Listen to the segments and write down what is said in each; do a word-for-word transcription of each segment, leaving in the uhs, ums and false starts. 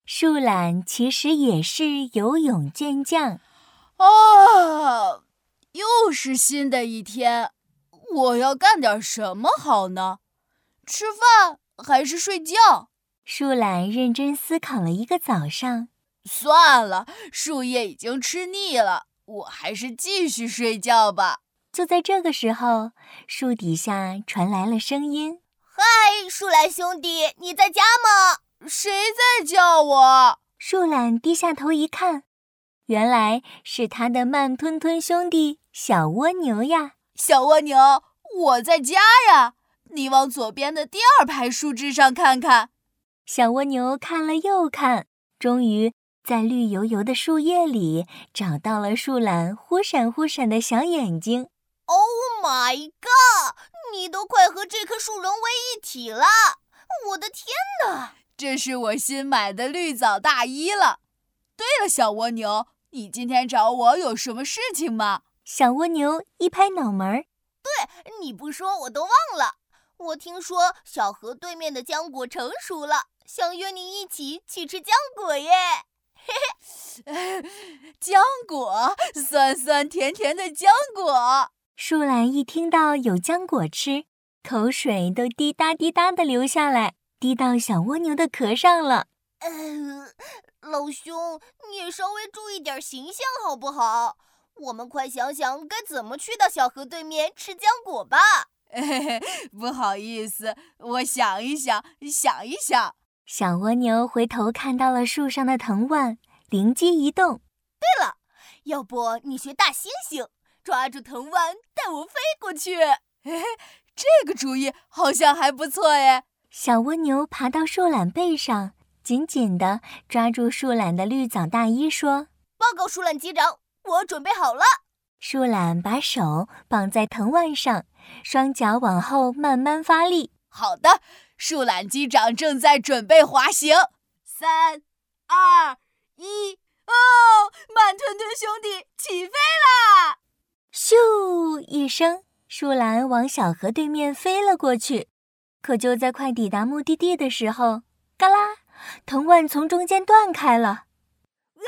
树懒其实也是游泳健将。 啊，又是新的一天，我要干点什么好呢？吃饭还是睡觉？ 树懒认真思考了一个早上。 算了，树叶已经吃腻了，我还是继续睡觉吧。 就在这个时候，树底下传来了声音：“ 嗨，树懒兄弟，你在家吗？ 谁在叫我？” 树懒低下头一看，原来是他的慢吞吞兄弟小蜗牛呀。 小蜗牛，我在家呀，你往左边的第二排树枝上看看。 小蜗牛看了又看，终于在绿油油的树叶里找到了树懒忽闪忽闪的小眼睛。 Oh my god！ 你都快和这棵树融为一体了！我的天哪！ 这是我新买的绿藻大衣了。对了，小蜗牛，你今天找我有什么事情吗？ 小蜗牛一拍脑门。 对，你不说我都忘了。我听说小河对面的浆果成熟了，想约你一起去吃浆果耶。 浆果，酸酸甜甜的浆果。 树懒一听到有浆果吃，口水都滴答滴答地流下来，滴到小蜗牛的壳上了。 呃，老兄，你也稍微注意点形象好不好？我们快想想该怎么去到小河对面吃浆果吧。 不好意思，我想一想，想一想。 小蜗牛回头看到了树上的藤蔓，灵机一动。 对了，要不你学大猩猩，抓住藤蔓带我飞过去。 这个主意好像还不错耶。 小蜗牛爬到树懒背上，紧紧地抓住树懒的绿藻大衣说：“ 报告树懒机长，我准备好了。” 树懒把手绑在藤蔓上，双脚往后慢慢发力。 好的，树懒机长正在准备滑行。三、二、一，哦，慢吞吞兄弟起飞啦！ 咻一声，树懒往小河对面飞了过去。可就在快抵达目的地的时候，嘎啦，藤蔓从中间断开了。 啊！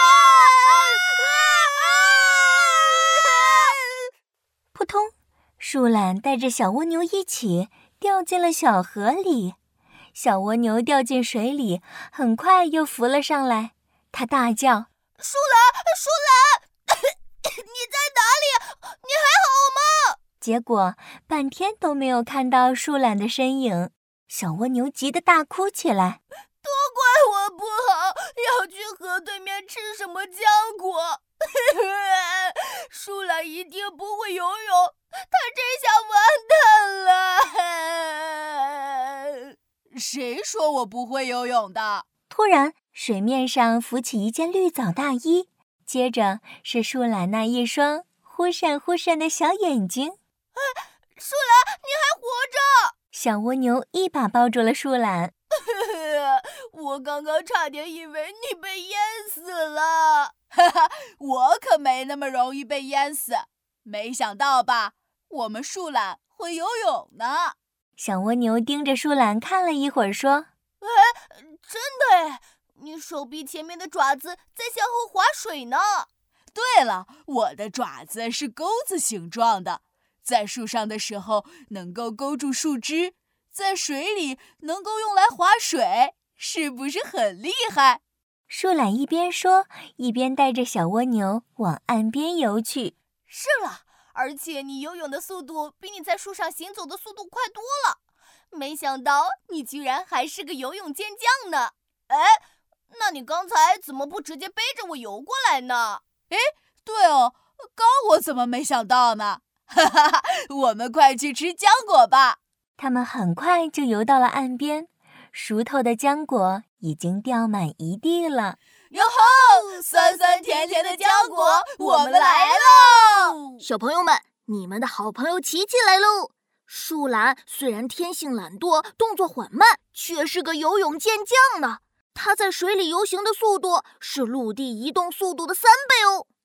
扑通，树懒带着小蜗牛一起掉进了小河里。小蜗牛掉进水里，很快又浮了上来。它大叫：“ 树懒，树懒，你在哪里？你还好吗？” 结果半天都没有看到树懒的身影。小蜗牛急得大哭起来：“ 都怪我不好，要去河对面吃什么浆果。树懒一定不会游泳，他真想完蛋了。” 谁说我不会游泳的？ 突然，水面上浮起一件绿藻大衣，接着是树懒那一双忽闪忽闪的小眼睛。 树懒，你还活着！ 小蜗牛一把抱住了树懒。 我刚刚差点以为你被淹死了。 哈哈，我可没那么容易被淹死。没想到吧，我们树懒会游泳呢。 小蜗牛盯着树懒看了一会儿，说：“ 哎，真的哎，你手臂前面的爪子在向后划水呢。” 对了，我的爪子是钩子形状的，在树上的时候能够勾住树枝，在水里能够用来划水，是不是很厉害？ 树懒一边说，一边带着小蜗牛往岸边游去。 是了，而且你游泳的速度比你在树上行走的速度快多了。没想到你居然还是个游泳健将呢。哎，那你刚才怎么不直接背着我游过来呢？ 哎，对哦，刚我怎么没想到呢？哈哈哈，我们快去吃浆果吧。 他们很快就游到了岸边，熟透的浆果已经掉满一地了。 哟吼，酸酸甜甜的浆果，我们来喽！ 小朋友们，你们的好朋友琪琪来喽！树懒虽然天性懒惰，动作缓慢，却是个游泳健将呢。它在水里游行的速度是陆地移动速度的三倍哦。